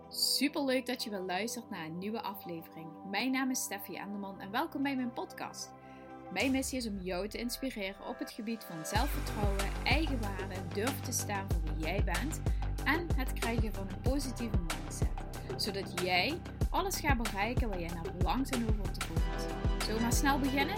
Super leuk dat je weer luistert naar een nieuwe aflevering. Mijn naam is Steffi Enderman en welkom bij mijn podcast. Mijn missie is om jou te inspireren op het gebied van zelfvertrouwen, eigenwaarde, durven te staan voor wie jij bent en het krijgen van een positieve mindset. Zodat jij alles gaat bereiken waar jij naar verlangt en over te voelt. Zullen we maar snel beginnen?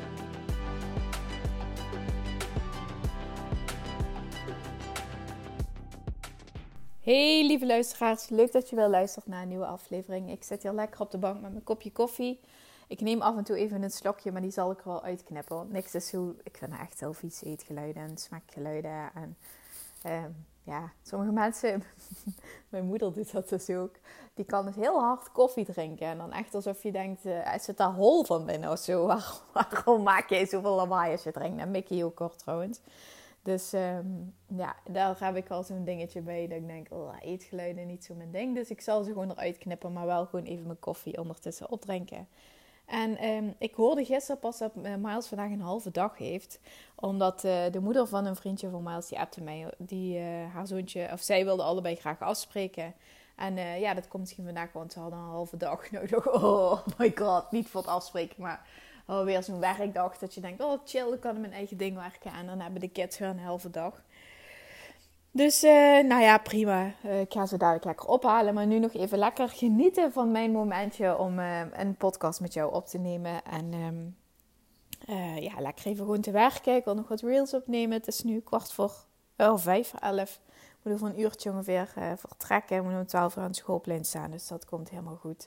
Hey lieve luisteraars, leuk dat je weer luistert naar een nieuwe aflevering. Ik zit hier lekker op de bank met mijn kopje koffie. Ik neem af en toe even een slokje, maar die zal ik er wel uitknippen. Want niks is zo, ik vind echt heel vies eetgeluiden en smaakgeluiden. En sommige mensen, mijn moeder doet dat dus ook, die kan dus heel hard koffie drinken. En dan echt alsof je denkt, zit daar hol van binnen of zo. Waarom maak jij zoveel lawaai als je drinkt? En Mickey ook kort trouwens. Dus daar heb ik al zo'n dingetje bij dat ik denk, eetgeluiden niet zo mijn ding. Dus ik zal ze gewoon eruit knippen, maar wel gewoon even mijn koffie ondertussen opdrinken. En ik hoorde gisteren pas dat Miles vandaag een halve dag heeft. Omdat de moeder van een vriendje van Miles, die appte mij, haar zoontje, of zij wilde allebei graag afspreken. En dat komt misschien vandaag, want ze hadden een halve dag nodig. Oh my god, niet voor het afspreken, maar weer zo'n werkdag dat je denkt, chill, ik kan mijn eigen ding werken. En dan hebben de kids weer een halve dag. Dus, prima. Ik ga ze dadelijk lekker ophalen. Maar nu nog even lekker genieten van mijn momentje om een podcast met jou op te nemen. En lekker even gewoon te werken. Ik wil nog wat reels opnemen. Het is nu 11:45. Ik moet over een uurtje ongeveer vertrekken. Ik moet om 12 uur aan het schoolplein staan. Dus dat komt helemaal goed.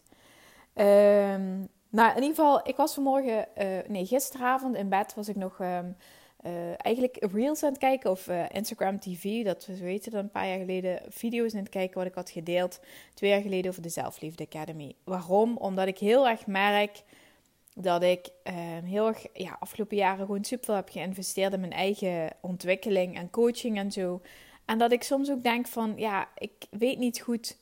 In ieder geval, ik was gisteravond in bed was ik nog eigenlijk reels aan het kijken of Instagram TV. Dat we zo weten dan een paar jaar geleden video's aan het kijken wat ik had gedeeld 2 jaar geleden over de Zelfliefde Academy. Waarom? Omdat ik heel erg merk dat ik afgelopen jaren gewoon super veel heb geïnvesteerd in mijn eigen ontwikkeling en coaching en zo. En dat ik soms ook denk van, ik weet niet goed.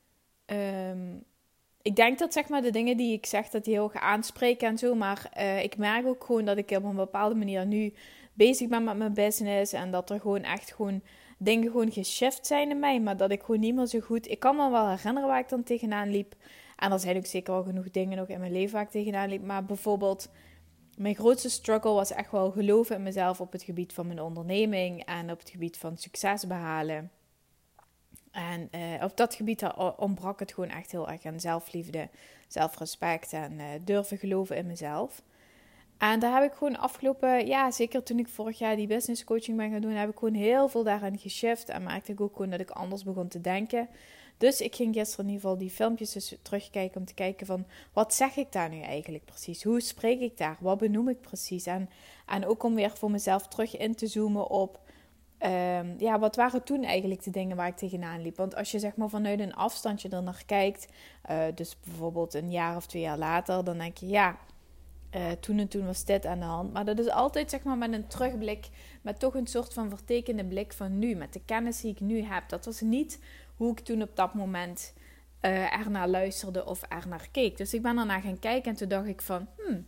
Ik denk dat zeg maar de dingen die ik zeg, dat die heel erg aanspreken en zo. Maar ik merk ook gewoon dat ik op een bepaalde manier nu bezig ben met mijn business. En dat er gewoon echt gewoon dingen gewoon geshift zijn in mij. Maar dat ik gewoon niet meer zo goed... Ik kan me wel herinneren waar ik dan tegenaan liep. En er zijn ook zeker wel genoeg dingen nog in mijn leven waar ik tegenaan liep. Maar bijvoorbeeld, mijn grootste struggle was echt wel geloven in mezelf op het gebied van mijn onderneming. En op het gebied van succes behalen. En op dat gebied ontbrak het gewoon echt heel erg aan zelfliefde, zelfrespect en durven geloven in mezelf. En daar heb ik gewoon afgelopen, zeker toen ik vorig jaar die business coaching ben gaan doen, heb ik gewoon heel veel daaraan geshift. En merkte ik ook gewoon dat ik anders begon te denken. Dus ik ging gisteren in ieder geval die filmpjes dus terugkijken om te kijken van, wat zeg ik daar nu eigenlijk precies? Hoe spreek ik daar? Wat benoem ik precies? En ook om weer voor mezelf terug in te zoomen op... wat waren toen eigenlijk de dingen waar ik tegenaan liep? Want als je zeg maar vanuit een afstandje er naar kijkt, dus bijvoorbeeld een jaar of 2 jaar later, dan denk je toen en toen was dit aan de hand. Maar dat is altijd zeg maar met een terugblik, met toch een soort van vertekende blik van nu, met de kennis die ik nu heb. Dat was niet hoe ik toen op dat moment ernaar luisterde of ernaar keek. Dus ik ben ernaar gaan kijken en toen dacht ik van,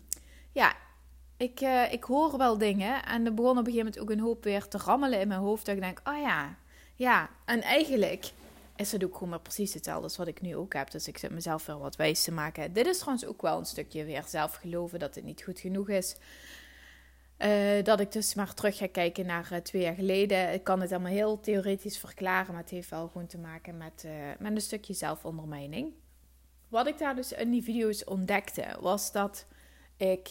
Ik hoor wel dingen en er begon op een gegeven moment ook een hoop weer te rammelen in mijn hoofd. Dat ik denk, en eigenlijk is het ook gewoon maar precies hetzelfde als wat ik nu ook heb. Dus ik zit mezelf weer wat wijs te maken. Dit is trouwens ook wel een stukje weer zelfgeloven dat het niet goed genoeg is. Dat ik dus maar terug ga kijken naar 2 jaar geleden. Ik kan het allemaal heel theoretisch verklaren, maar het heeft wel gewoon te maken met een stukje zelfondermijning. Wat ik daar dus in die video's ontdekte, was dat ik...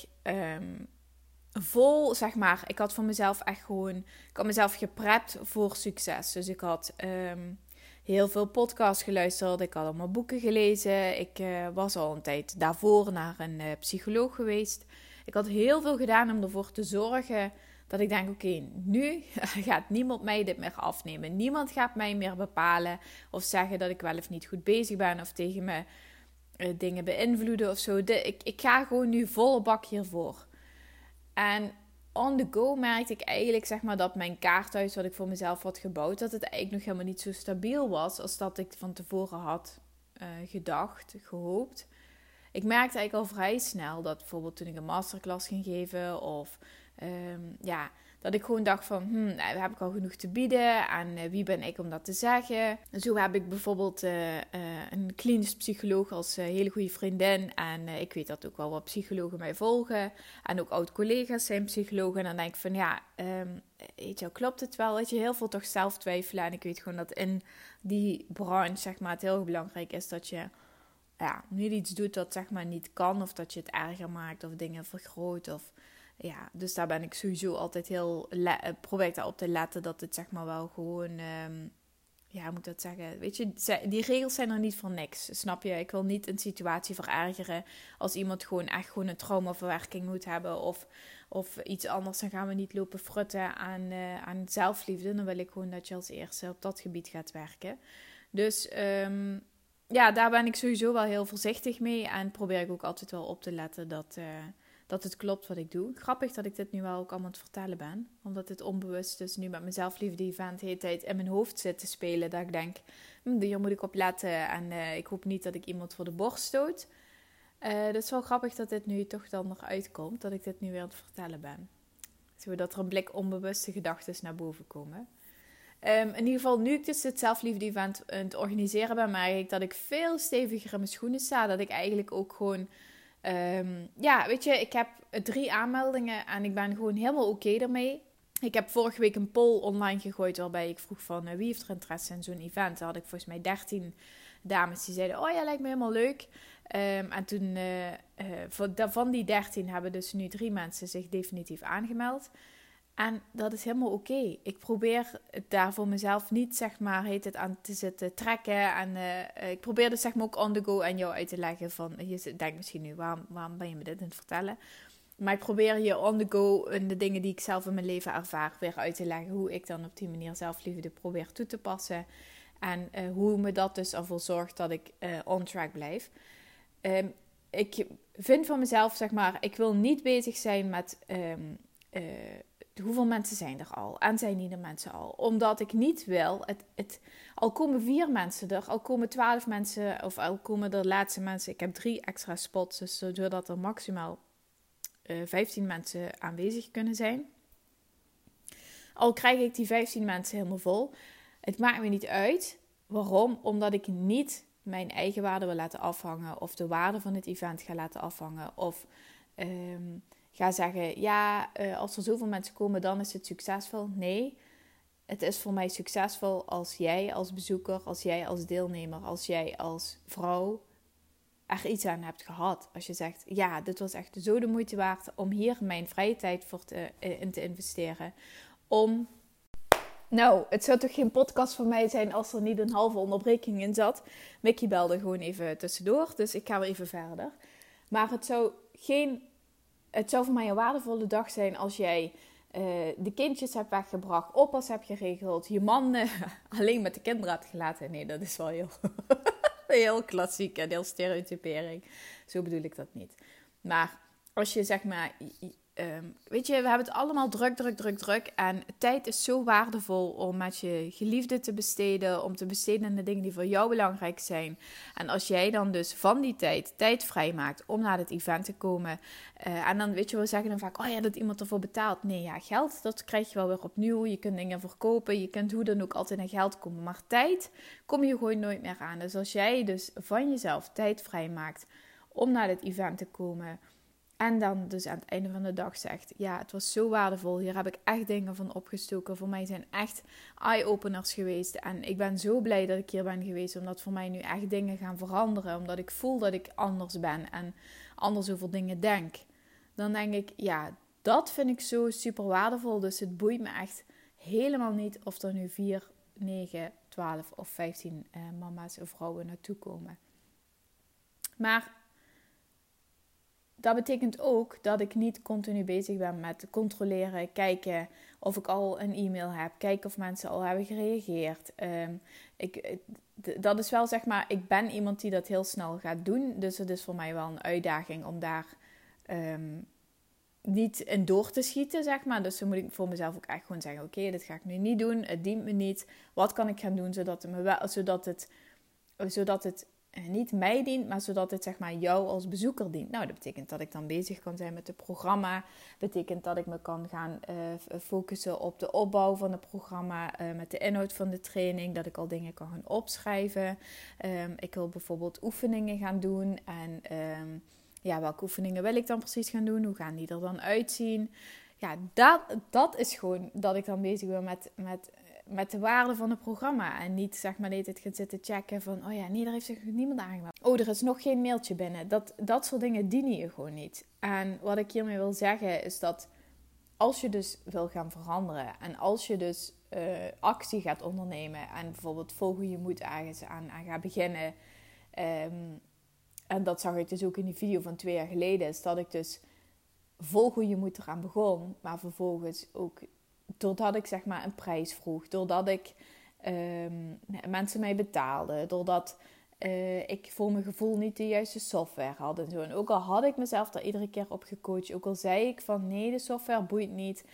ik had voor mezelf echt gewoon... Ik had mezelf geprept voor succes. Dus ik had heel veel podcasts geluisterd. Ik had allemaal boeken gelezen. Ik was al een tijd daarvoor naar een psycholoog geweest. Ik had heel veel gedaan om ervoor te zorgen dat ik denk, oké, nu gaat niemand mij dit meer afnemen. Niemand gaat mij meer bepalen of zeggen dat ik wel of niet goed bezig ben of tegen me dingen beïnvloeden of zo. Ik ga gewoon nu volle bak hiervoor. En on the go merkte ik eigenlijk zeg maar dat mijn kaarthuis wat ik voor mezelf had gebouwd, dat het eigenlijk nog helemaal niet zo stabiel was als dat ik van tevoren had gedacht, gehoopt. Ik merkte eigenlijk al vrij snel dat bijvoorbeeld toen ik een masterclass ging geven of Dat ik gewoon dacht van, heb ik al genoeg te bieden? En wie ben ik om dat te zeggen? En zo heb ik bijvoorbeeld een klinisch psycholoog als hele goede vriendin. En ik weet dat ook wel wat psychologen mij volgen. En ook oud-collega's zijn psychologen. En dan denk ik van, weet je, klopt het wel? Weet je, heel veel toch zelf twijfelen. En ik weet gewoon dat in die branche, zeg maar, het heel belangrijk is dat je niet iets doet dat, zeg maar, niet kan. Of dat je het erger maakt of dingen vergroot. Dus daar ben ik sowieso altijd probeer ik daarop te letten dat het, zeg maar, wel gewoon, hoe moet ik dat zeggen? Weet je, die regels zijn er niet voor niks, snap je? Ik wil niet een situatie verergeren als iemand gewoon echt gewoon een traumaverwerking moet hebben of iets anders. Dan gaan we niet lopen frutten aan zelfliefde. Dan wil ik gewoon dat je als eerste op dat gebied gaat werken. Dus daar ben ik sowieso wel heel voorzichtig mee en probeer ik ook altijd wel op te letten dat het klopt wat ik doe. Grappig dat ik dit nu wel ook allemaal te vertellen ben. Omdat het onbewust dus nu met mijn zelfliefde-event de hele tijd in mijn hoofd zit te spelen. Dat ik denk, hier moet ik op letten. En ik hoop niet dat ik iemand voor de borst stoot. Het is wel grappig dat dit nu toch dan nog uitkomt. Dat ik dit nu weer aan het vertellen ben. Zodat er een blik onbewuste gedachten naar boven komen. In ieder geval, nu ik dus het zelfliefde-event aan het organiseren ben, merk ik dat ik veel steviger in mijn schoenen sta. Dat ik eigenlijk ook gewoon... weet je, ik heb 3 aanmeldingen en ik ben gewoon helemaal oké ermee. Ik heb vorige week een poll online gegooid waarbij ik vroeg van wie heeft er interesse in zo'n event. Daar had ik volgens mij 13 dames die zeiden, oh ja, lijkt me helemaal leuk. En toen, van die 13 hebben dus nu 3 mensen zich definitief aangemeld. En dat is helemaal oké. Ik probeer daar voor mezelf niet, zeg maar, het aan te zitten trekken. En ik probeer dus, zeg maar, ook on the go aan jou uit te leggen van... Je denkt misschien nu, waarom ben je me dit aan het vertellen? Maar ik probeer je on the go de dingen die ik zelf in mijn leven ervaar weer uit te leggen. Hoe ik dan op die manier zelfliefde probeer toe te passen. En hoe me dat dus ervoor zorgt dat ik on track blijf. Ik vind van mezelf, zeg maar, ik wil niet bezig zijn met... hoeveel mensen zijn er al? En zijn die er mensen al? Omdat ik niet wil, al komen 4 mensen er, al komen 12 mensen, of al komen er laatste mensen. Ik heb 3 extra spots, dus zodat er maximaal 15 mensen aanwezig kunnen zijn. Al krijg ik die 15 mensen helemaal vol. Het maakt me niet uit. Waarom? Omdat ik niet mijn eigen waarde wil laten afhangen, of de waarde van het event ga laten afhangen, of... ga zeggen, als er zoveel mensen komen, dan is het succesvol. Nee, het is voor mij succesvol als jij als bezoeker, als jij als deelnemer, als jij als vrouw er iets aan hebt gehad. Als je zegt, dit was echt zo de moeite waard om hier mijn vrije tijd voor in te investeren. Het zou toch geen podcast van mij zijn als er niet een halve onderbreking in zat. Mickey belde gewoon even tussendoor, dus ik ga weer even verder. Maar het zou voor mij een waardevolle dag zijn als jij de kindjes hebt weggebracht, oppas hebt geregeld, je man alleen met de kinderen hebt gelaten. Nee, dat is wel heel klassiek en heel stereotypering. Zo bedoel ik dat niet. Maar als je, zeg maar... weet je, we hebben het allemaal druk. En tijd is zo waardevol om met je geliefde te besteden. Om te besteden aan de dingen die voor jou belangrijk zijn. En als jij dan dus van die tijd vrijmaakt om naar het event te komen. En dan, weet je, we zeggen dan vaak, dat iemand ervoor betaalt. Nee, geld, dat krijg je wel weer opnieuw. Je kunt dingen verkopen. Je kunt hoe dan ook altijd aan geld komen. Maar tijd kom je gewoon nooit meer aan. Dus als jij dus van jezelf tijd vrijmaakt om naar dit event te komen... En dan dus aan het einde van de dag zegt... het was zo waardevol. Hier heb ik echt dingen van opgestoken. Voor mij zijn echt eye-openers geweest. En ik ben zo blij dat ik hier ben geweest. Omdat voor mij nu echt dingen gaan veranderen. Omdat ik voel dat ik anders ben. En anders over dingen denk. Dan denk ik, dat vind ik zo super waardevol. Dus het boeit me echt helemaal niet of er nu 4, 9, 12 of 15 mama's of vrouwen naartoe komen. Maar... dat betekent ook dat ik niet continu bezig ben met controleren, kijken of ik al een e-mail heb, kijken of mensen al hebben gereageerd. Dat is wel, zeg maar, ik ben iemand die dat heel snel gaat doen. Dus het is voor mij wel een uitdaging om daar niet in door te schieten, zeg maar. Dus dan moet ik voor mezelf ook echt gewoon zeggen, oké, dit ga ik nu niet doen. Het dient me niet. Wat kan ik gaan doen zodat het niet mij dient, maar zodat het zeg maar jou als bezoeker dient. Nou, dat betekent dat ik dan bezig kan zijn met het programma. Dat betekent dat ik me kan gaan focussen op de opbouw van het programma, met de inhoud van de training, dat ik al dingen kan gaan opschrijven. Ik wil bijvoorbeeld oefeningen gaan doen en welke oefeningen wil ik dan precies gaan doen? Hoe gaan die er dan uitzien? Ja, dat is gewoon dat ik dan bezig ben met de waarde van het programma. En niet zeg maar de hele tijd gaan zitten checken van... oh ja, nee, daar heeft zich niemand aangemeld. Oh, er is nog geen mailtje binnen. Dat soort dingen dienen je gewoon niet. En wat ik hiermee wil zeggen is dat... als je dus wil gaan veranderen... en als je dus actie gaat ondernemen... en bijvoorbeeld volg hoe je moet ergens aan gaat beginnen... en dat zag ik dus ook in die video van 2 jaar geleden... is dat ik dus volg hoe je moet eraan begon... maar vervolgens ook... doordat ik zeg maar een prijs vroeg, doordat ik mensen mij betaalden, doordat ik voor mijn gevoel niet de juiste software had en zo. En ook al had ik mezelf daar iedere keer op gecoacht, ook al zei ik van nee, de software boeit niet,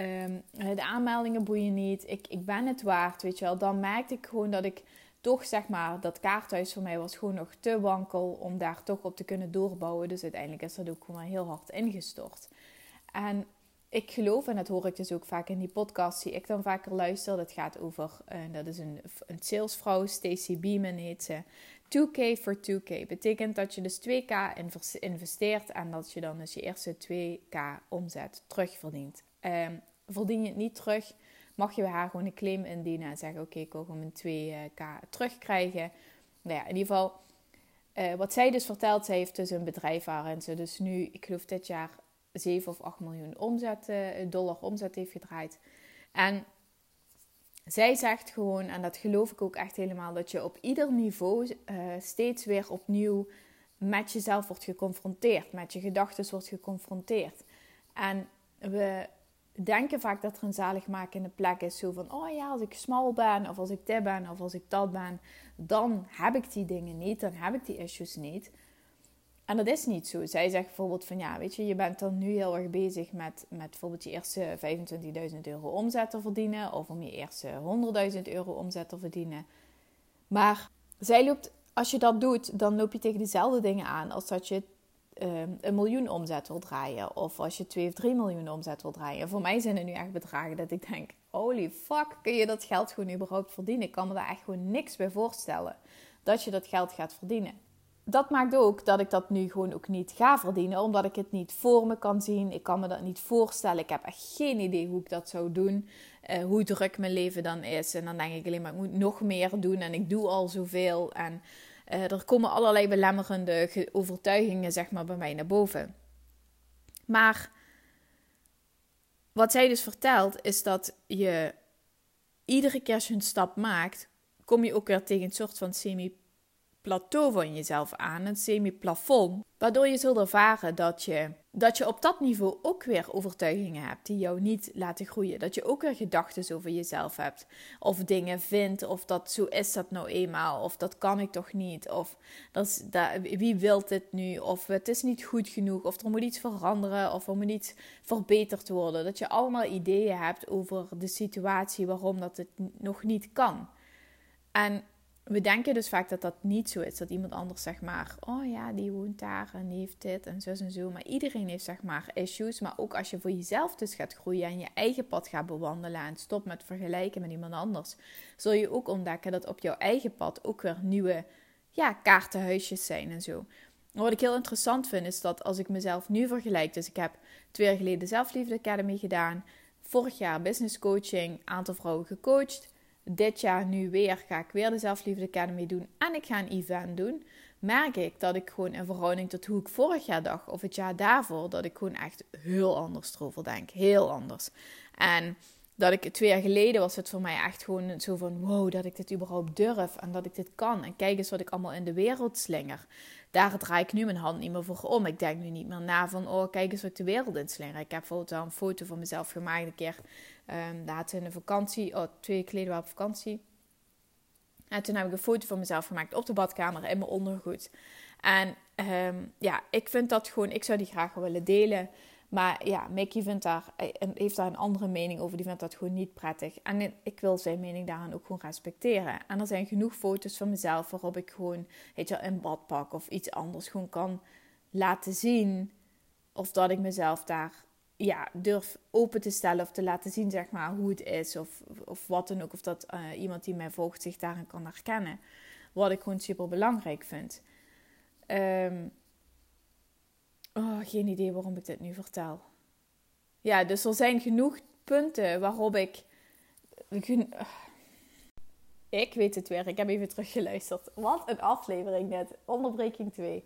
de aanmeldingen boeien niet, ik ben het waard, weet je wel. Dan merkte ik gewoon dat ik toch zeg maar, dat kaarthuis voor mij was gewoon nog te wankel om daar toch op te kunnen doorbouwen. Dus uiteindelijk is dat ook gewoon heel hard ingestort. En ik geloof, en dat hoor ik dus ook vaak in die podcast die ik dan vaker luister. Dat gaat over, dat is een salesvrouw, Stacey Beeman heet ze. 2K for 2K. Betekent dat je dus 2K investeert en dat je dan dus je eerste 2K omzet terugverdient. Verdien je het niet terug, mag je bij haar gewoon een claim indienen en zeggen... oké, ik wil gewoon mijn 2K terugkrijgen. Nou ja, in ieder geval, wat zij dus vertelt, zij heeft dus een bedrijf waarin ze dus nu, ik geloof dit jaar... 7 of 8 miljoen dollar omzet heeft gedraaid. En zij zegt gewoon, en dat geloof ik ook echt helemaal... dat je op ieder niveau steeds weer opnieuw met jezelf wordt geconfronteerd. Met je gedachten wordt geconfronteerd. En we denken vaak dat er een zaligmakende plek is. Zo van, oh ja, als ik smal ben, of als ik dit ben, of als ik dat ben... dan heb ik die dingen niet, dan heb ik die issues niet... En dat is niet zo. Zij zegt bijvoorbeeld van ja, weet je, je bent dan nu heel erg bezig met bijvoorbeeld je eerste €25.000 omzet te verdienen. Of om je eerste €100.000 omzet te verdienen. Maar zij loopt, als je dat doet, dan loop je tegen dezelfde dingen aan als dat je 1 miljoen omzet wil draaien. Of als je 2 of 3 miljoen omzet wil draaien. En voor mij zijn er nu echt bedragen dat ik denk, holy fuck, kun je dat geld gewoon überhaupt verdienen? Ik kan me daar echt gewoon niks bij voorstellen dat je dat geld gaat verdienen. Dat maakt ook dat ik dat nu gewoon ook niet ga verdienen. Omdat ik het niet voor me kan zien. Ik kan me dat niet voorstellen. Ik heb echt geen idee hoe ik dat zou doen. Hoe druk mijn leven dan is. En dan denk ik alleen maar, ik moet nog meer doen. En ik doe al zoveel. En er komen allerlei belemmerende overtuigingen zeg maar bij mij naar boven. Maar wat zij dus vertelt is dat je iedere keer als je een stap maakt, kom je ook weer tegen een soort van semi-plateau van jezelf aan, een semi-plafond, waardoor je zult ervaren dat je op dat niveau ook weer overtuigingen hebt die jou niet laten groeien. Dat je ook weer gedachten over jezelf hebt, of dingen vindt, of dat zo is dat nou eenmaal, of dat kan ik toch niet, of wie wil dit nu, of het is niet goed genoeg, of er moet iets veranderen, of er moet iets verbeterd worden. Dat je allemaal ideeën hebt over de situatie waarom dat het nog niet kan. En we denken dus vaak dat dat niet zo is. Dat iemand anders zeg maar, oh ja, die woont daar en die heeft dit en zo. Maar iedereen heeft zeg maar issues. Maar ook als je voor jezelf dus gaat groeien en je eigen pad gaat bewandelen en stopt met vergelijken met iemand anders, zul je ook ontdekken dat op jouw eigen pad ook weer nieuwe kaartenhuisjes zijn en zo. Wat ik heel interessant vind is dat als ik mezelf nu vergelijk, dus ik heb 2 jaar geleden de Zelfliefde Academy gedaan, vorig jaar business coaching, aantal vrouwen gecoacht. Dit jaar nu weer ga ik weer de Zelfliefde Academy doen en ik ga een event doen. Merk ik dat ik gewoon in verhouding tot hoe ik vorig jaar dacht of het jaar daarvoor, dat ik gewoon echt heel anders erover denk. Heel anders. En dat ik 2 jaar geleden was het voor mij echt gewoon zo van wow, dat ik dit überhaupt durf en dat ik dit kan. En kijk eens wat ik allemaal in de wereld slinger. Daar draai ik nu mijn hand niet meer voor om. Ik denk nu niet meer na van oh, kijk eens wat ik de wereld inslinger. Ik heb bijvoorbeeld al een foto van mezelf gemaakt een keer. Laatst in de vakantie, 2 weken geleden waren we op vakantie. En toen heb ik een foto van mezelf gemaakt op de badkamer in mijn ondergoed. En ik vind dat gewoon, ik zou die graag willen delen. Maar ja, Mickey heeft daar een andere mening over. Die vindt dat gewoon niet prettig. En ik wil zijn mening daaraan ook gewoon respecteren. En er zijn genoeg foto's van mezelf waarop ik gewoon, weet je, een badpak of iets anders gewoon kan laten zien. Of dat ik mezelf daar durf open te stellen of te laten zien, zeg maar, hoe het is. Of wat dan ook. Of dat iemand die mij volgt zich daarin kan herkennen. Wat ik gewoon super belangrijk vind. Geen idee waarom ik dit nu vertel. Ja, dus er zijn genoeg punten waarop ik weet het weer. Ik heb even teruggeluisterd. Wat een aflevering net. Onderbreking 2.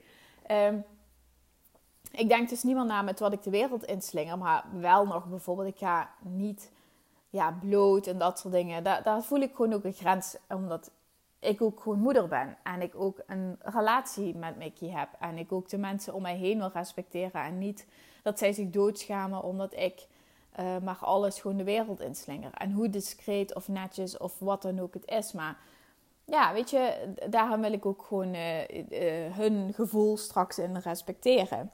Ik denk dus niet meer na met wat ik de wereld inslinger. Maar wel nog bijvoorbeeld, ik ga niet bloot en dat soort dingen. Daar voel ik gewoon ook een grens. Omdat ik ook gewoon moeder ben. En ik ook een relatie met Mickey heb. En ik ook de mensen om mij heen wil respecteren. En niet dat zij zich doodschamen omdat ik maar alles gewoon de wereld inslinger. En hoe discreet of netjes of wat dan ook het is. Maar ja, weet je, daarom wil ik ook gewoon hun gevoel straks in respecteren.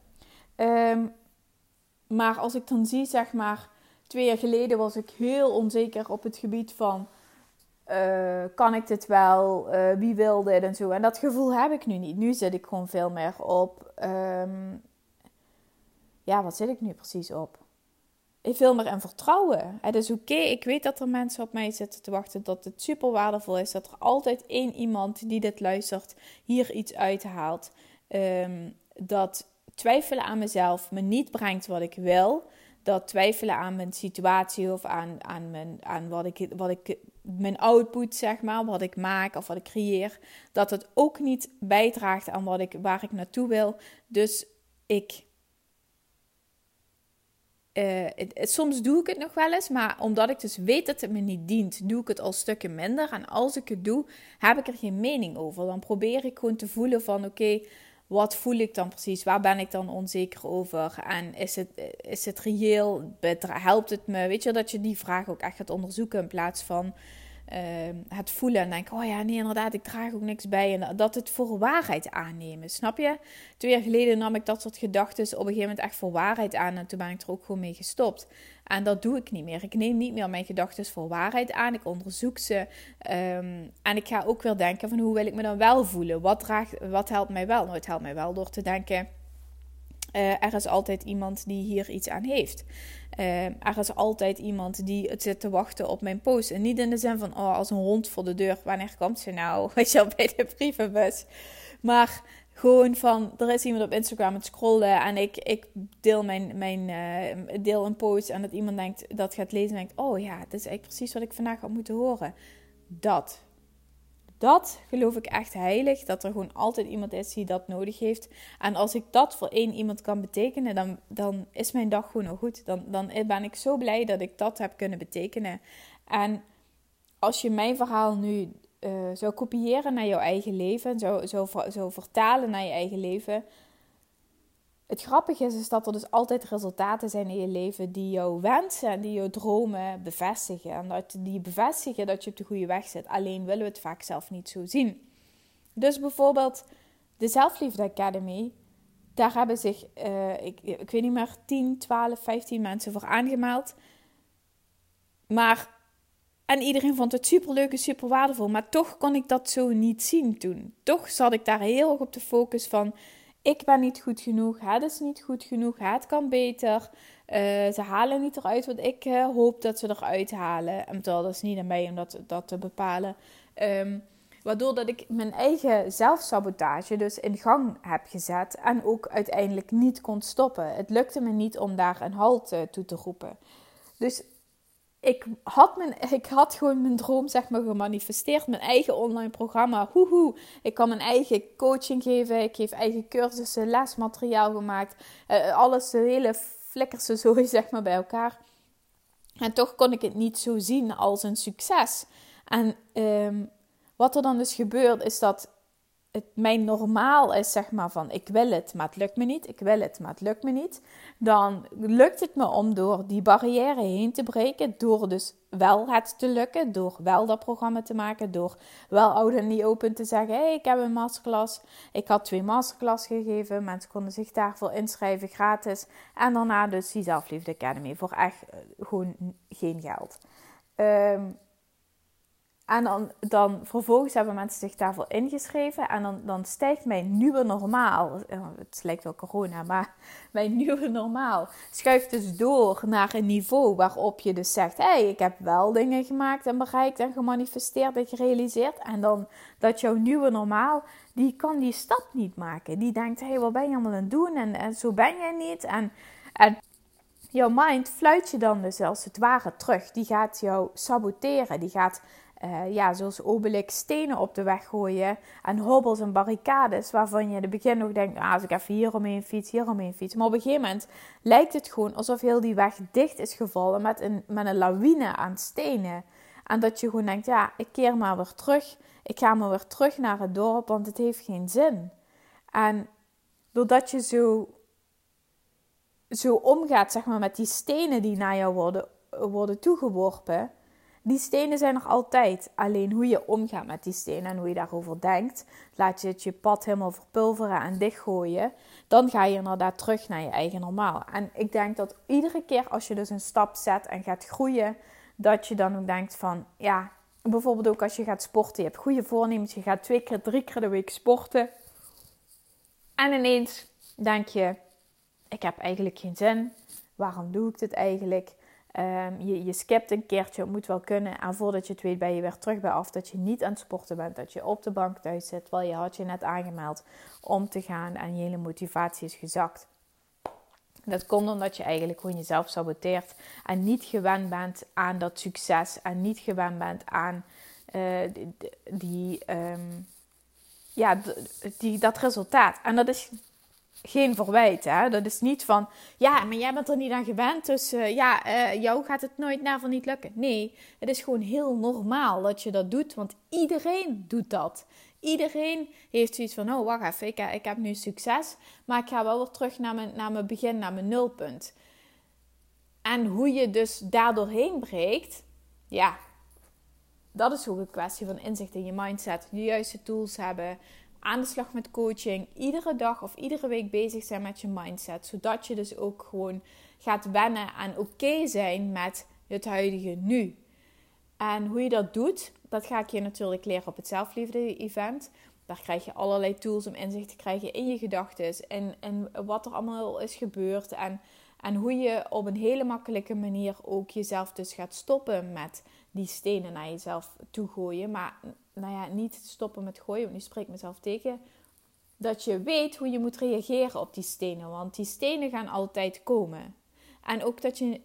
Maar als ik dan zie, zeg maar, 2 jaar geleden was ik heel onzeker op het gebied van... kan ik dit wel? Wie wil dit? En zo. En dat gevoel heb ik nu niet. Nu zit ik gewoon veel meer op... wat zit ik nu precies op? Veel meer in vertrouwen. Het is oké. Ik weet dat er mensen op mij zitten te wachten. Dat het super waardevol is. Dat er altijd één iemand die dit luistert hier iets uithaalt. Dat twijfelen aan mezelf me niet brengt wat ik wil. Dat twijfelen aan mijn situatie of aan wat ik mijn output, zeg maar, wat ik maak of wat ik creëer, dat het ook niet bijdraagt aan waar ik naartoe wil. Dus soms doe ik het nog wel eens, maar omdat ik dus weet dat het me niet dient, doe ik het al stukken minder. En als ik het doe, heb ik er geen mening over. Dan probeer ik gewoon te voelen van oké, wat voel ik dan precies? Waar ben ik dan onzeker over? En is het reëel? Helpt het me? Weet je, dat je die vraag ook echt gaat onderzoeken in plaats van het voelen en denken, oh ja, nee, inderdaad, ik draag ook niks bij. En dat het voor waarheid aannemen, snap je? 2 jaar geleden nam ik dat soort gedachten op een gegeven moment echt voor waarheid aan. En toen ben ik er ook gewoon mee gestopt. En dat doe ik niet meer. Ik neem niet meer mijn gedachten voor waarheid aan. Ik onderzoek ze. En ik ga ook weer denken van, hoe wil ik me dan wel voelen? Wat helpt mij wel? Nou, het helpt mij wel door te denken... er is altijd iemand die hier iets aan heeft. Er is altijd iemand die het zit te wachten op mijn post. En niet in de zin van, als een hond voor de deur. Wanneer komt ze nou? Weet je al, bij de brievenbus. Maar gewoon van, er is iemand op Instagram aan het scrollen. En ik deel deel een post. En dat iemand denkt, dat gaat lezen en denkt, oh ja, dit is eigenlijk precies wat ik vandaag had moeten horen. Dat geloof ik echt heilig, dat er gewoon altijd iemand is die dat nodig heeft. En als ik dat voor 1 iemand kan betekenen, dan is mijn dag gewoon nog goed. Dan ben ik zo blij dat ik dat heb kunnen betekenen. En als je mijn verhaal nu zou kopiëren naar jouw eigen leven, zou vertalen naar je eigen leven... Het grappige is dat er dus altijd resultaten zijn in je leven die jouw wensen en die jouw dromen bevestigen. En die bevestigen dat je op de goede weg zit. Alleen willen we het vaak zelf niet zo zien. Dus bijvoorbeeld de Zelfliefde Academy. Daar hebben zich, ik weet niet meer, 10, 12, 15 mensen voor aangemeld. En iedereen vond het superleuk en super waardevol. Maar toch kon ik dat zo niet zien toen. Toch zat ik daar heel erg op de focus van... Ik ben niet goed genoeg, het is niet goed genoeg, het kan beter. Ze halen niet eruit wat ik hoop dat ze eruit halen. En dat is niet aan mij om dat te bepalen. Waardoor dat ik mijn eigen zelfsabotage dus in gang heb gezet. En ook uiteindelijk niet kon stoppen. Het lukte me niet om daar een halt toe te roepen. Dus ik had gewoon mijn droom, zeg maar, gemanifesteerd. Mijn eigen online programma. Ik kan mijn eigen coaching geven. Ik geef eigen cursussen, lesmateriaal gemaakt. Alles, de hele flikkerse zooi, zeg maar, bij elkaar. En toch kon ik het niet zo zien als een succes. En wat er dan dus gebeurt, is dat mijn normaal is zeg maar van ik wil het, maar het lukt me niet. Ik wil het, maar het lukt me niet. Dan lukt het me om door die barrière heen te breken. Door dus wel het te lukken. Door wel dat programma te maken. Door wel Oud en Niet Open te zeggen. Hey, ik heb een masterclass. Ik had 2 masterclass gegeven. Mensen konden zich daarvoor inschrijven gratis. En daarna dus die Zelfliefde Academy. Voor echt gewoon geen geld. En dan vervolgens hebben mensen zich daarvoor ingeschreven. En dan stijgt mijn nieuwe normaal. Het lijkt wel corona, maar mijn nieuwe normaal schuift dus door naar een niveau waarop je dus zegt: hey, ik heb wel dingen gemaakt en bereikt en gemanifesteerd en gerealiseerd. En dan dat jouw nieuwe normaal, die kan die stap niet maken. Die denkt: hey, wat ben je allemaal aan het doen? En zo ben je niet. En jouw mind fluit je dan dus als het ware terug. Die gaat jou saboteren. Die gaat zoals Obelix stenen op de weg gooien. En hobbels en barricades waarvan je in het begin nog denkt: als ik even hier omheen fiets. Maar op een gegeven moment lijkt het gewoon alsof heel die weg dicht is gevallen met een lawine aan stenen. En dat je gewoon denkt: ja, ik keer maar weer terug. Ik ga maar weer terug naar het dorp, want het heeft geen zin. En doordat je zo omgaat, zeg maar, met die stenen die naar jou worden toegeworpen. Die stenen zijn er altijd. Alleen hoe je omgaat met die stenen en hoe je daarover denkt. Laat je het je pad helemaal verpulveren en dichtgooien. Dan ga je inderdaad terug naar je eigen normaal. En ik denk dat iedere keer als je dus een stap zet en gaat groeien. Dat je dan ook denkt van, ja, bijvoorbeeld ook als je gaat sporten. Je hebt goede voornemens. Je gaat 2 keer, 3 keer de week sporten. En ineens denk je: ik heb eigenlijk geen zin. Waarom doe ik dit eigenlijk? Je skipt een keertje, het moet wel kunnen. En voordat je het weet ben je weer terug bij af. Dat je niet aan het sporten bent. Dat je op de bank thuis zit. Terwijl je had je net aangemeld om te gaan. En je hele motivatie is gezakt. Dat komt omdat je eigenlijk gewoon jezelf saboteert. En niet gewend bent aan dat succes. En niet gewend bent aan dat resultaat. En dat is geen verwijt, hè. Dat is niet van, ja, maar jij bent er niet aan gewend, dus jou gaat het nooit daarvan niet lukken. Nee, het is gewoon heel normaal dat je dat doet, want iedereen doet dat. Iedereen heeft zoiets van: oh, wacht even, ik heb nu succes, maar ik ga wel weer terug naar mijn begin, naar mijn nulpunt. En hoe je dus daardoor heen breekt, ja, dat is ook een kwestie van inzicht in je mindset, de juiste tools hebben, aan de slag met coaching, iedere dag of iedere week bezig zijn met je mindset. Zodat je dus ook gewoon gaat wennen en oké zijn met het huidige nu. En hoe je dat doet, dat ga ik je natuurlijk leren op het Zelfliefde-event. Daar krijg je allerlei tools om inzicht te krijgen in je gedachten. En wat er allemaal is gebeurd. En hoe je op een hele makkelijke manier ook jezelf dus gaat stoppen met die stenen naar jezelf toe gooien. Maar niet stoppen met gooien, want nu spreek ik mezelf tegen. Dat je weet hoe je moet reageren op die stenen. Want die stenen gaan altijd komen. En ook dat je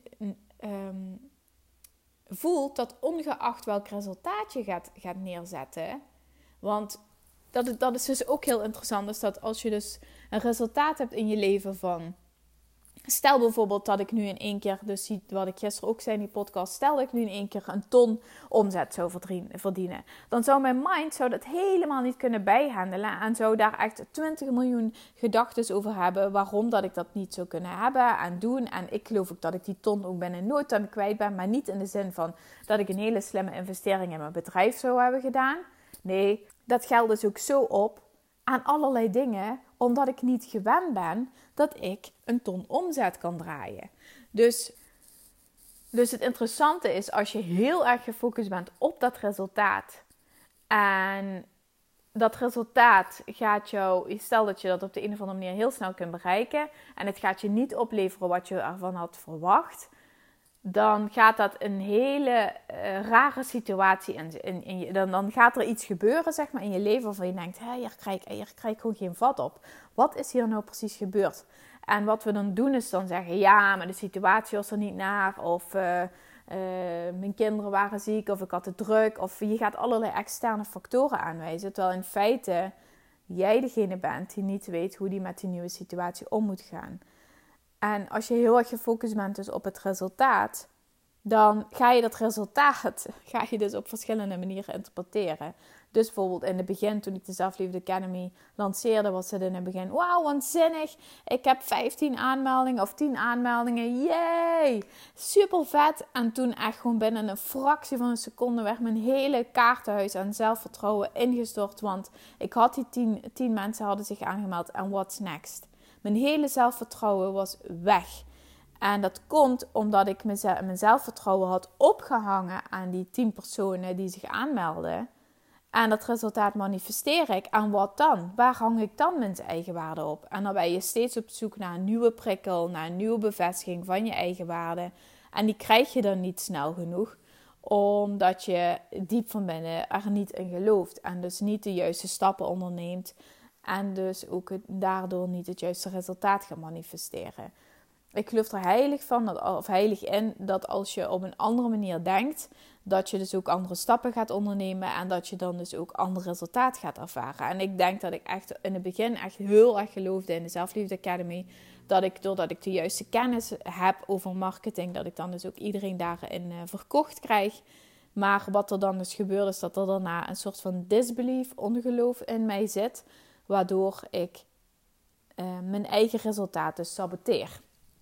voelt dat ongeacht welk resultaat je gaat neerzetten. Want dat is dus ook heel interessant. Dus dat als je dus een resultaat hebt in je leven van... Stel bijvoorbeeld dat ik nu in 1 keer, dus wat ik gisteren ook zei in die podcast, stel dat ik nu in 1 keer een ton omzet zou verdienen. Dan zou mijn mind dat helemaal niet kunnen bijhandelen en zou daar echt 20 miljoen gedachten over hebben waarom dat ik dat niet zou kunnen hebben en doen. En ik geloof ook dat ik die ton ook binnen no time kwijt ben, maar niet in de zin van dat ik een hele slimme investering in mijn bedrijf zou hebben gedaan. Nee, dat geld dus ook zo op aan allerlei dingen, omdat ik niet gewend ben dat ik een ton omzet kan draaien. Dus het interessante is, als je heel erg gefocust bent op dat resultaat en dat resultaat gaat jou, stel dat je dat op de een of andere manier heel snel kunt bereiken en het gaat je niet opleveren wat je ervan had verwacht, dan gaat dat een hele rare situatie in je. Dan gaat er iets gebeuren, zeg maar, in je leven waarvan je denkt: hier krijg ik gewoon geen vat op. Wat is hier nou precies gebeurd? En wat we dan doen is dan zeggen: ja, maar de situatie was er niet naar. Of mijn kinderen waren ziek. Of ik had het druk. Of je gaat allerlei externe factoren aanwijzen. Terwijl in feite jij degene bent die niet weet hoe die met die nieuwe situatie om moet gaan. En als je heel erg gefocust bent dus op het resultaat, dan ga je dat resultaat dus op verschillende manieren interpreteren. Dus bijvoorbeeld in het begin, toen ik de Zelfliefde Academy lanceerde, was het in het begin, wauw, waanzinnig. Ik heb 15 aanmeldingen of 10 aanmeldingen. Yay! Super vet. En toen echt gewoon binnen een fractie van een seconde werd mijn hele kaartenhuis aan zelfvertrouwen ingestort. Want ik had die 10 mensen hadden zich aangemeld. En what's next? Mijn hele zelfvertrouwen was weg. En dat komt omdat ik mijn zelfvertrouwen had opgehangen aan die 10 personen die zich aanmelden. En dat resultaat manifesteer ik. En wat dan? Waar hang ik dan mijn eigen waarde op? En dan ben je steeds op zoek naar een nieuwe prikkel, naar een nieuwe bevestiging van je eigen waarde. En die krijg je dan niet snel genoeg, omdat je diep van binnen er niet in gelooft. En dus niet de juiste stappen onderneemt. En dus ook daardoor niet het juiste resultaat gaat manifesteren. Ik geloof er heilig in dat als je op een andere manier denkt, dat je dus ook andere stappen gaat ondernemen en dat je dan dus ook ander resultaat gaat ervaren. En ik denk dat ik echt in het begin echt heel erg geloofde in de Zelfliefde Academy, dat ik doordat ik de juiste kennis heb over marketing, dat ik dan dus ook iedereen daarin verkocht krijg. Maar wat er dan dus gebeurt is dat er daarna een soort van disbelief, ongeloof in mij zit, waardoor ik mijn eigen resultaat dus saboteer.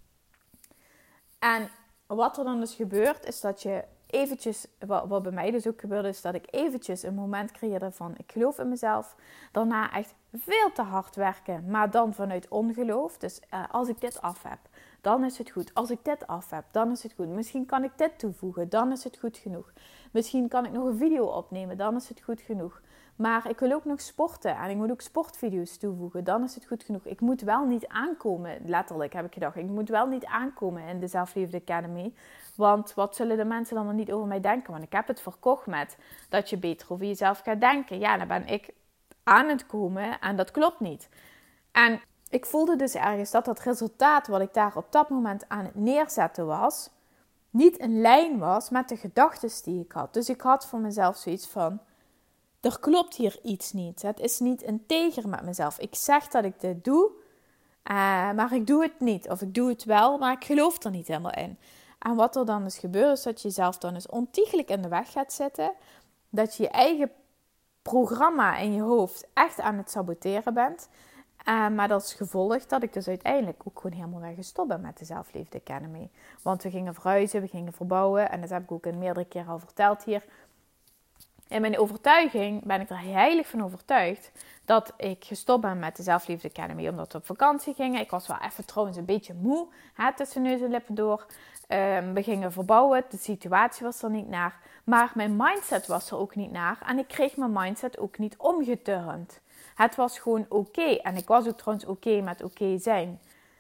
En wat er dan dus gebeurt, is dat je eventjes, wat bij mij dus ook gebeurde, is dat ik eventjes een moment creëerde van ik geloof in mezelf. Daarna echt veel te hard werken, maar dan vanuit ongeloof. Dus als ik dit af heb, dan is het goed. Als ik dit af heb, dan is het goed. Misschien kan ik dit toevoegen, dan is het goed genoeg. Misschien kan ik nog een video opnemen, dan is het goed genoeg. Maar ik wil ook nog sporten en ik moet ook sportvideo's toevoegen. Dan is het goed genoeg. Ik moet wel niet aankomen, letterlijk heb ik gedacht. Ik moet wel niet aankomen in de Zelfliefde Academy. Want wat zullen de mensen dan niet over mij denken? Want ik heb het verkocht met dat je beter over jezelf gaat denken. Ja, dan ben ik aan het komen en dat klopt niet. En ik voelde dus ergens dat resultaat wat ik daar op dat moment aan het neerzetten was, niet in lijn was met de gedachten die ik had. Dus ik had voor mezelf zoiets van, er klopt hier iets niet. Het is niet integer met mezelf. Ik zeg dat ik dit doe, maar ik doe het niet. Of ik doe het wel, maar ik geloof er niet helemaal in. En wat er dan dus gebeurt, is dat je jezelf dan dus ontiegelijk in de weg gaat zitten. Dat je je eigen programma in je hoofd echt aan het saboteren bent. Maar dat is gevolg dat ik dus uiteindelijk ook gewoon helemaal ben gestopt ben met de Zelfliefde Academy. Want we gingen verhuizen, we gingen verbouwen. En dat heb ik ook meerdere keren al verteld hier. In mijn overtuiging ben ik er heilig van overtuigd dat ik gestopt ben met de Zelfliefde Academy. Omdat we op vakantie gingen. Ik was wel even trouwens een beetje moe. Tussen neus en lippen door. We gingen verbouwen. De situatie was er niet naar. Maar mijn mindset was er ook niet naar. En ik kreeg mijn mindset ook niet omgeturnd. Het was gewoon oké. En ik was ook trouwens oké met oké zijn.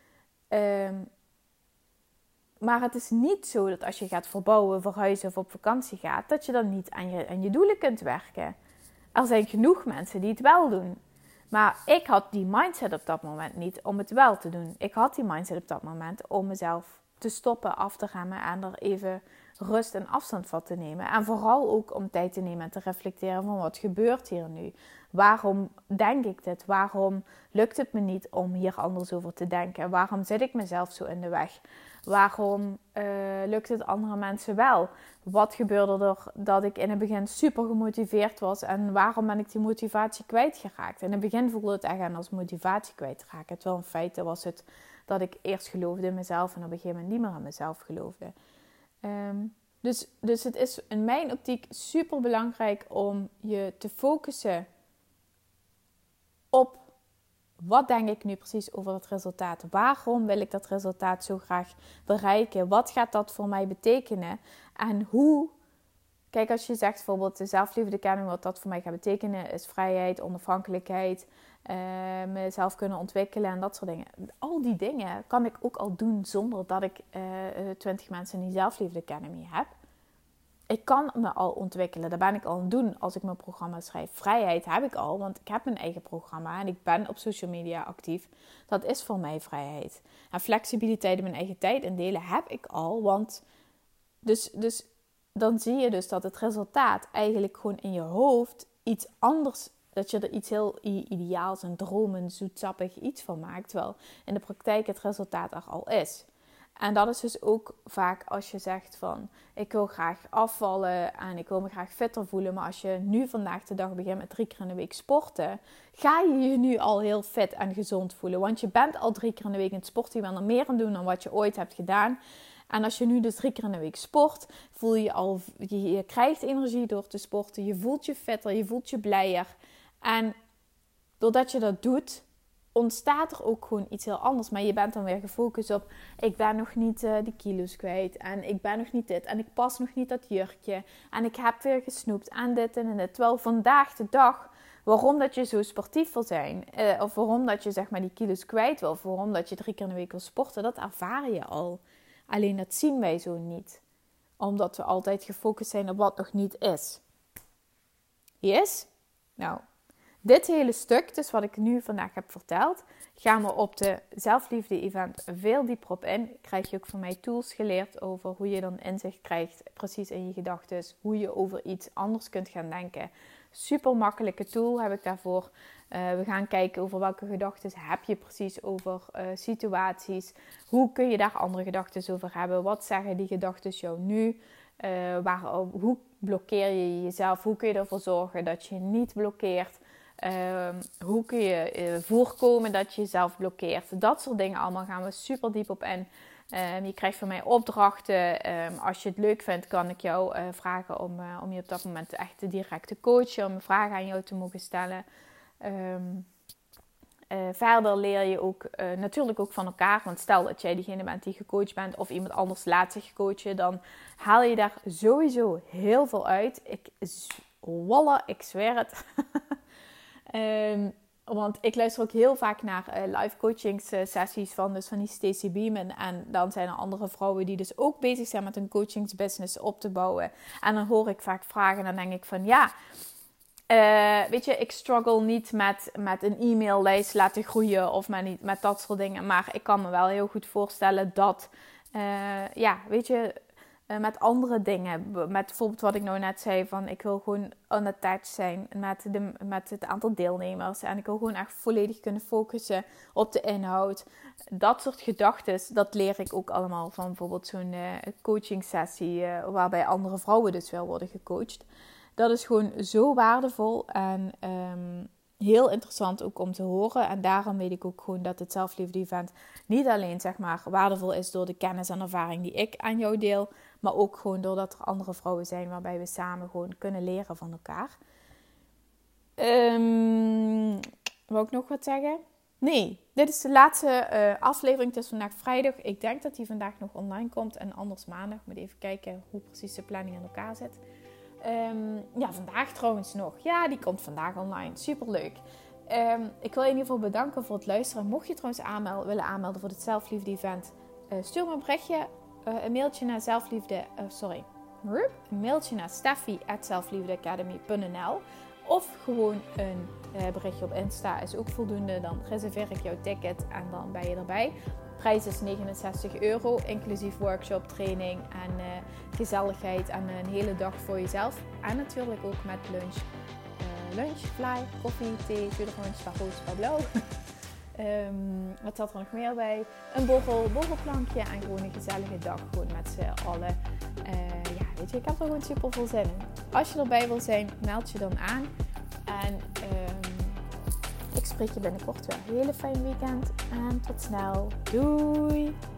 Maar het is niet zo dat als je gaat verbouwen, verhuizen of op vakantie gaat, dat je dan niet aan je doelen kunt werken. Er zijn genoeg mensen die het wel doen. Maar ik had die mindset op dat moment niet om het wel te doen. Ik had die mindset op dat moment om mezelf te stoppen, af te remmen en er even rust en afstand van te nemen. En vooral ook om tijd te nemen en te reflecteren van wat gebeurt hier nu? Waarom denk ik dit? Waarom lukt het me niet om hier anders over te denken? Waarom zit ik mezelf zo in de weg? Waarom lukt het andere mensen wel? Wat gebeurde er dat ik in het begin super gemotiveerd was? En waarom ben ik die motivatie kwijtgeraakt? In het begin voelde het echt aan als motivatie kwijtraken. Terwijl in feite was het dat ik eerst geloofde in mezelf en op een gegeven moment niet meer aan mezelf geloofde. Dus het is in mijn optiek super belangrijk om je te focussen op wat denk ik nu precies over het resultaat. Waarom wil ik dat resultaat zo graag bereiken? Wat gaat dat voor mij betekenen? En hoe... Kijk, als je zegt bijvoorbeeld de Zelfliefde Academy, wat dat voor mij gaat betekenen is vrijheid, onafhankelijkheid, mezelf kunnen ontwikkelen en dat soort dingen. Al die dingen kan ik ook al doen zonder dat ik 20 mensen in die Zelfliefde Academy heb. Ik kan me al ontwikkelen. Dat ben ik al aan het doen als ik mijn programma schrijf. Vrijheid heb ik al, want ik heb mijn eigen programma en ik ben op social media actief. Dat is voor mij vrijheid. En flexibiliteit in mijn eigen tijd indelen heb ik al, want dus dan zie je dus dat het resultaat eigenlijk gewoon in je hoofd iets anders, dat je er iets heel ideaals, een dromen, zoetsappig iets van maakt, terwijl in de praktijk het resultaat er al is. En dat is dus ook vaak als je zegt van, ik wil graag afvallen en ik wil me graag fitter voelen. Maar als je nu vandaag de dag begint met 3 keer in de week sporten, ga je je nu al heel fit en gezond voelen. Want je bent al 3 keer in de week in het sporten. Je bent er meer aan doen dan wat je ooit hebt gedaan. En als je nu dus 3 keer in de week sport, voel je al, je krijgt energie door te sporten. Je voelt je fitter, je voelt je blijer. En doordat je dat doet, ontstaat er ook gewoon iets heel anders. Maar je bent dan weer gefocust op, ik ben nog niet de kilo's kwijt. En ik ben nog niet dit. En ik pas nog niet dat jurkje. En ik heb weer gesnoept aan dit en dit. Terwijl vandaag de dag, waarom dat je zo sportief wil zijn. Of waarom dat je zeg maar die kilo's kwijt wil. Of waarom dat je 3 keer in de week wil sporten. Dat ervaar je al. Alleen dat zien wij zo niet. Omdat we altijd gefocust zijn op wat nog niet is. Yes? Nou, dit hele stuk, dus wat ik nu vandaag heb verteld, gaan we op de zelfliefde-event veel dieper op in. Krijg je ook van mij tools geleerd over hoe je dan inzicht krijgt, precies in je gedachten, hoe je over iets anders kunt gaan denken. Super makkelijke tool heb ik daarvoor. We gaan kijken over welke gedachten heb je precies over situaties. Hoe kun je daar andere gedachten over hebben? Wat zeggen die gedachten jou nu? Hoe blokkeer je jezelf? Hoe kun je ervoor zorgen dat je niet blokkeert? Hoe kun je voorkomen dat je jezelf blokkeert? Dat soort dingen allemaal gaan we super diep op in. Je krijgt van mij opdrachten. Als je het leuk vindt, kan ik jou vragen om je op dat moment echt direct te coachen. Om vragen aan jou te mogen stellen. Verder leer je ook natuurlijk ook van elkaar. Want stel dat jij degene bent die gecoacht bent of iemand anders laat zich coachen, dan haal je daar sowieso heel veel uit. Ik zweer het. Want ik luister ook heel vaak naar live coachingssessies van die Stacey Beeman. En dan zijn er andere vrouwen die dus ook bezig zijn met een coachingsbusiness op te bouwen. En dan hoor ik vaak vragen en dan denk ik van ja, weet je, ik struggle niet met een e-maillijst laten groeien of met dat soort dingen. Maar ik kan me wel heel goed voorstellen dat, weet je, met andere dingen. Met bijvoorbeeld wat ik nou net zei van ik wil gewoon unattached zijn met het aantal deelnemers. En ik wil gewoon echt volledig kunnen focussen op de inhoud. Dat soort gedachten, dat leer ik ook allemaal van bijvoorbeeld zo'n coaching sessie waarbij andere vrouwen dus wel worden gecoacht. Dat is gewoon zo waardevol en heel interessant ook om te horen. En daarom weet ik ook gewoon dat het zelfliefde-event niet alleen zeg maar waardevol is door de kennis en ervaring die ik aan jou deel, maar ook gewoon doordat er andere vrouwen zijn waarbij we samen gewoon kunnen leren van elkaar. Wou ik nog wat zeggen? Nee, dit is de laatste aflevering. Het is vandaag vrijdag. Ik denk dat die vandaag nog online komt en anders maandag. Ik moet even kijken hoe precies de planning in elkaar zit. Vandaag trouwens nog. Ja, die komt vandaag online. Superleuk. Ik wil je in ieder geval bedanken voor het luisteren. Mocht je trouwens willen aanmelden voor het zelfliefde-event, stuur me een berichtje. Een mailtje naar een mailtje naar steffi@zelfliefdeacademy.nl of gewoon een berichtje op Insta is ook voldoende. Dan reserveer ik jouw ticket en dan ben je erbij. De prijs is €69, inclusief workshop, training en gezelligheid en een hele dag voor jezelf. En natuurlijk ook met lunch, fly, koffie, thee, jus d'orange, spa rood, spa blauw. Wat zat er nog meer bij? Een borrelplankje en gewoon een gezellige dag gewoon met z'n allen. Weet je, ik heb er gewoon super veel zin in. Als je erbij wil zijn, meld je dan aan. En ik spreek je binnenkort weer. Een hele fijn weekend en tot snel. Doei!